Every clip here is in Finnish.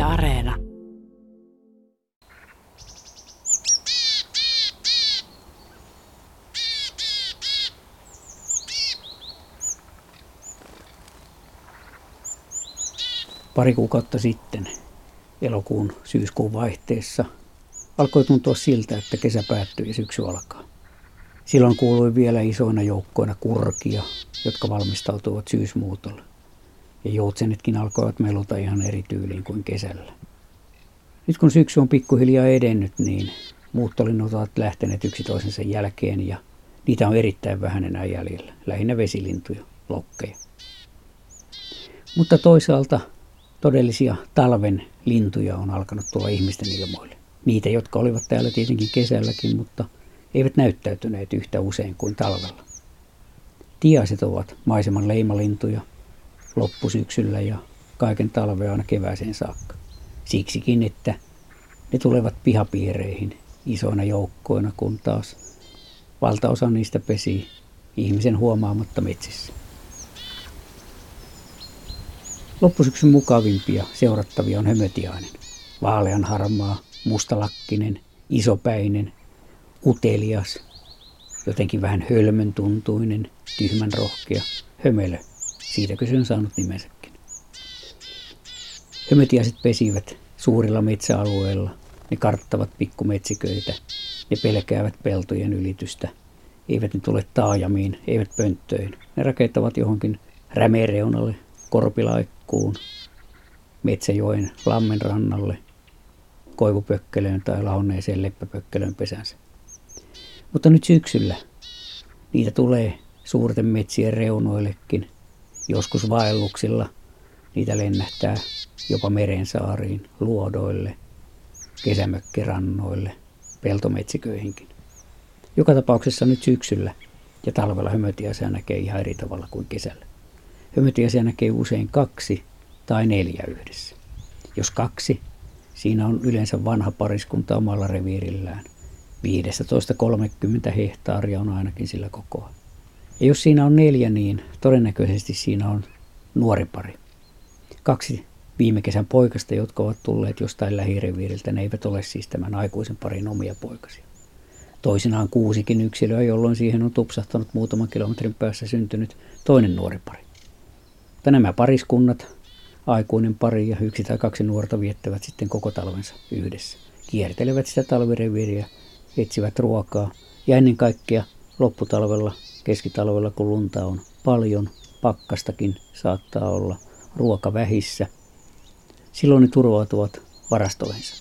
Areena. Pari kuukautta sitten, elokuun syyskuun vaihteessa, alkoi tuntua siltä, että kesä päättyy ja syksy alkaa. Silloin kuului vielä isoina joukkoina kurkia, jotka valmistautuivat syysmuutolle. Ja joutsenetkin alkoivat meluta ihan eri tyyliin kuin kesällä. Nyt kun syksy on pikkuhiljaa edennyt, niin muuttolinnut ovat lähteneet yksi toisensa jälkeen ja niitä on erittäin vähän enää jäljellä. Lähinnä vesilintuja, lokkeja. Mutta toisaalta todellisia talven lintuja on alkanut tulla ihmisten ilmoille. Niitä, jotka olivat täällä tietenkin kesälläkin, mutta eivät näyttäytyneet yhtä usein kuin talvella. Tiaiset ovat maiseman leimalintuja loppusyksyllä ja kaiken talvea aina kevääseen saakka. Siksikin, että ne tulevat pihapiireihin isoina joukkoina, kun taas valtaosa niistä pesii ihmisen huomaamatta metsissä. Loppusyksyn mukavimpia seurattavia on hömötiainen. Vaaleanharmaa, mustalakkinen, isopäinen, utelias, jotenkin vähän hölmön tuntuinen, tyhmän rohkea, hömelö. Siitäkö se on saanut nimensäkin. Hömötiaiset pesivät suurilla metsäalueilla. Ne karttavat pikkumetsiköitä. Ne pelkäävät peltojen ylitystä. Eivät ne tule taajamiin, eivät pönttöihin. Ne rakentavat johonkin rämereunalle, korpilaikkuun, Metsäjoen lammen rannalle, koivupökkelöön tai lahonneeseen leppäpökkelöön pesänsä. Mutta nyt syksyllä niitä tulee suurten metsien reunoillekin. Joskus vaelluksilla niitä lennähtää jopa merensaariin, luodoille, kesämökkirannoille, peltometsiköihinkin. Joka tapauksessa nyt syksyllä ja talvella hömötiaisia näkee ihan eri tavalla kuin kesällä. Hömötiaisia näkee usein 2 tai 4 yhdessä. Jos 2, siinä on yleensä vanha pariskunta omalla reviirillään. 15-30 hehtaaria on ainakin sillä kokoa. Ja jos siinä on 4, niin todennäköisesti siinä on nuori pari. 2 viime kesän poikasta, jotka ovat tulleet jostain lähireviiriltä, ne eivät ole siis tämän aikuisen parin omia poikasia. Toisinaan 6 yksilöä, jolloin siihen on tupsahtanut muutaman kilometrin päässä syntynyt toinen nuori pari. Mutta nämä pariskunnat, aikuinen pari ja 1 tai 2 nuorta viettävät sitten koko talvensa yhdessä. Kiertelevät sitä talvireviiriä, etsivät ruokaa ja ennen kaikkea lopputalvella, keskitalvella kun lunta on paljon, pakkastakin saattaa olla, ruoka vähissä. Silloin ne turvautuvat varastoihinsa.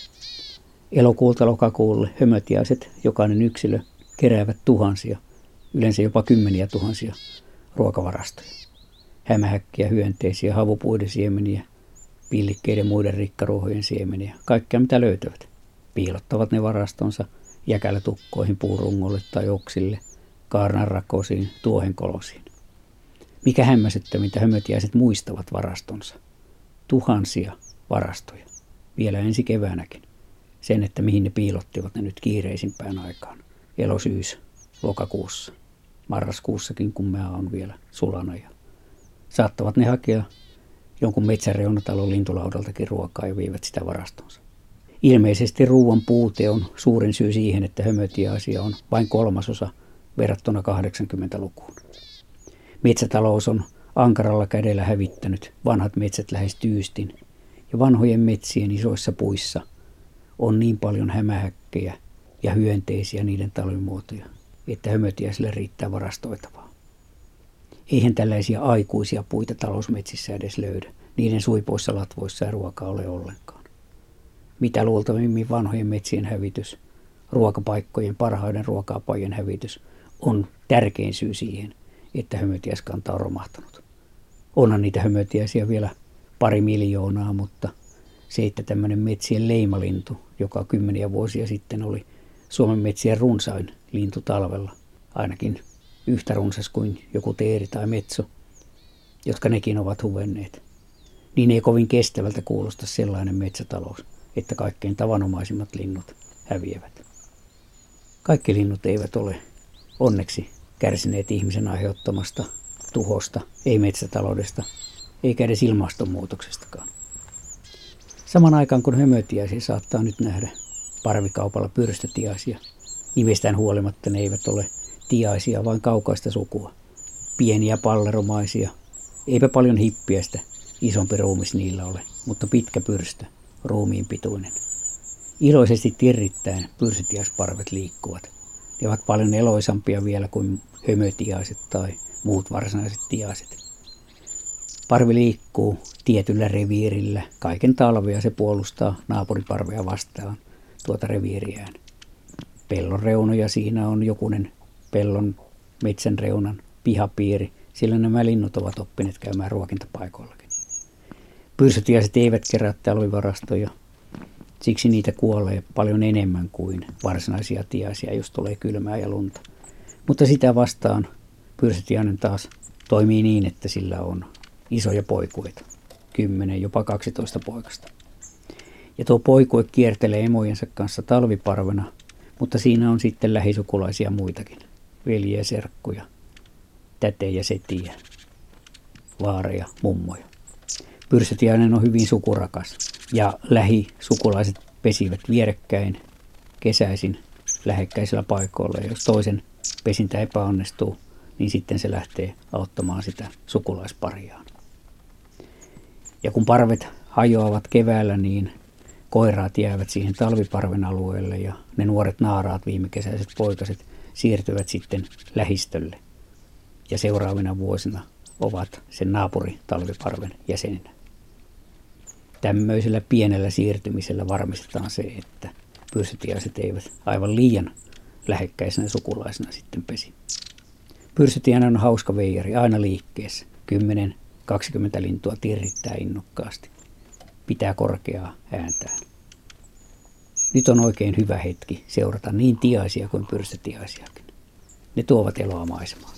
Elokuulta lokakuulle hömötiaiset, jokainen yksilö, keräävät tuhansia, yleensä jopa 10 000 ruokavarastoja. Hämähäkkiä, hyönteisiä, havupuiden siemeniä, pillikkeiden muiden rikkaruohojen siemeniä, kaikkea mitä löytävät. Piilottavat ne varastonsa jäkälätukkoihin, puurungolle tai oksille, kaarnanrakosiin, tuohenkolosiin. Mikä hämmästyttävintä, hömötiaiset muistavat varastonsa. Tuhansia varastoja, vielä ensi keväänäkin. Sen, että mihin ne piilottivat ne nyt kiireisimpään aikaan. Elosyys, lokakuussa, marraskuussakin, kun maa on vielä sulana. Ja saattavat ne hakea jonkun metsänreunatalon lintulaudaltakin ruokaa ja vievät sitä varastonsa. Ilmeisesti ruoan puute on suurin syy siihen, että hömötiaisia on vain 1/3 verrattuna 80-lukuun. Metsätalous on ankaralla kädellä hävittänyt vanhat metsät lähes tyystin, ja vanhojen metsien isoissa puissa on niin paljon hämähäkkejä ja hyönteisiä niiden talvimuotoja, että hömötiaisille riittää varastoitavaa. Eihän tällaisia aikuisia puita talousmetsissä edes löydä. Niiden suipoissa, latvoissa ei ruokaa ole ollenkaan. Mitä luultavimmin vanhojen metsien hävitys, ruokapaikkojen, parhaiden ruoka-apajien hävitys on tärkein syy siihen, että hömötiaiskanta on romahtanut. Onhan niitä hömötiaisia vielä 2 miljoonaa, mutta se, että tämmöinen metsien leimalintu, joka 10 vuosia sitten oli Suomen metsien runsain lintu talvella, ainakin yhtä runsas kuin joku teeri tai metso, jotka nekin ovat huvenneet, niin ei kovin kestävältä kuulosta sellainen metsätalous, että kaikkein tavanomaisimmat linnut häviävät. Kaikki linnut eivät ole onneksi kärsineet ihmisen aiheuttamasta tuhosta, ei metsätaloudesta, eikä edes ilmastonmuutoksestakaan. Saman aikaan kun hömötiaisia saattaa nyt nähdä parvikaupalla pyrstötiaisia, nimestään huolimatta ne eivät ole tiaisia, vaan kaukaista sukua. Pieniä palleromaisia, eipä paljon hippiästä, isompi ruumis niillä ole, mutta pitkä pyrstö, ruumiin pituinen. Iloisesti tirrittäen pyrstötiaisparvet liikkuvat. Ne ovat paljon eloisampia vielä kuin hömötiaiset tai muut varsinaiset tiaiset. Parvi liikkuu tietyllä reviirillä kaiken talvea, se puolustaa naapuriparvea vastaan tuota reviiriään. Pellon reunoja siinä on jokunen pellon metsän reunan pihapiiri, sillä nämä linnut ovat oppineet käymään ruokintapaikoillakin. Pyrstötiaiset eivät kerää talvivarastoja, siksi niitä kuolee paljon enemmän kuin varsinaisia tiaisia, jos tulee kylmää ja lunta. Mutta sitä vastaan pyrstötiainen taas toimii niin, että sillä on isoja poikueita, 10, jopa 12 poikasta. Ja tuo poikue kiertelee emojensa kanssa talviparvena, mutta siinä on sitten lähisukulaisia muitakin, veljiä, serkkuja, tätejä, setiä, vaareja, mummoja. Pyrstötiainen on hyvin sukurakas ja lähisukulaiset pesivät vierekkäin kesäisin lähekkäisillä paikoilla. Ja jos toisen pesintä epäonnistuu, niin sitten se lähtee auttamaan sitä sukulaispariaan. Ja kun parvet hajoavat keväällä, niin koiraat jäävät siihen talviparven alueelle ja ne nuoret naaraat, viimekesäiset poikaset, siirtyvät sitten lähistölle. Ja seuraavina vuosina ovat sen naapuritalviparven jäseninä. Tämmöisellä pienellä siirtymisellä varmistetaan se, että pyrstötiaiset eivät aivan liian lähekkäisenä sukulaisena sitten pesi. Pyrstötiainen on hauska veijari, aina liikkeessä. 10-20 lintua tirrittää innokkaasti. Pitää korkeaa ääntään. Nyt on oikein hyvä hetki seurata niin tiaisia kuin pyrstötiaisiakin. Ne tuovat eloa maisemaan.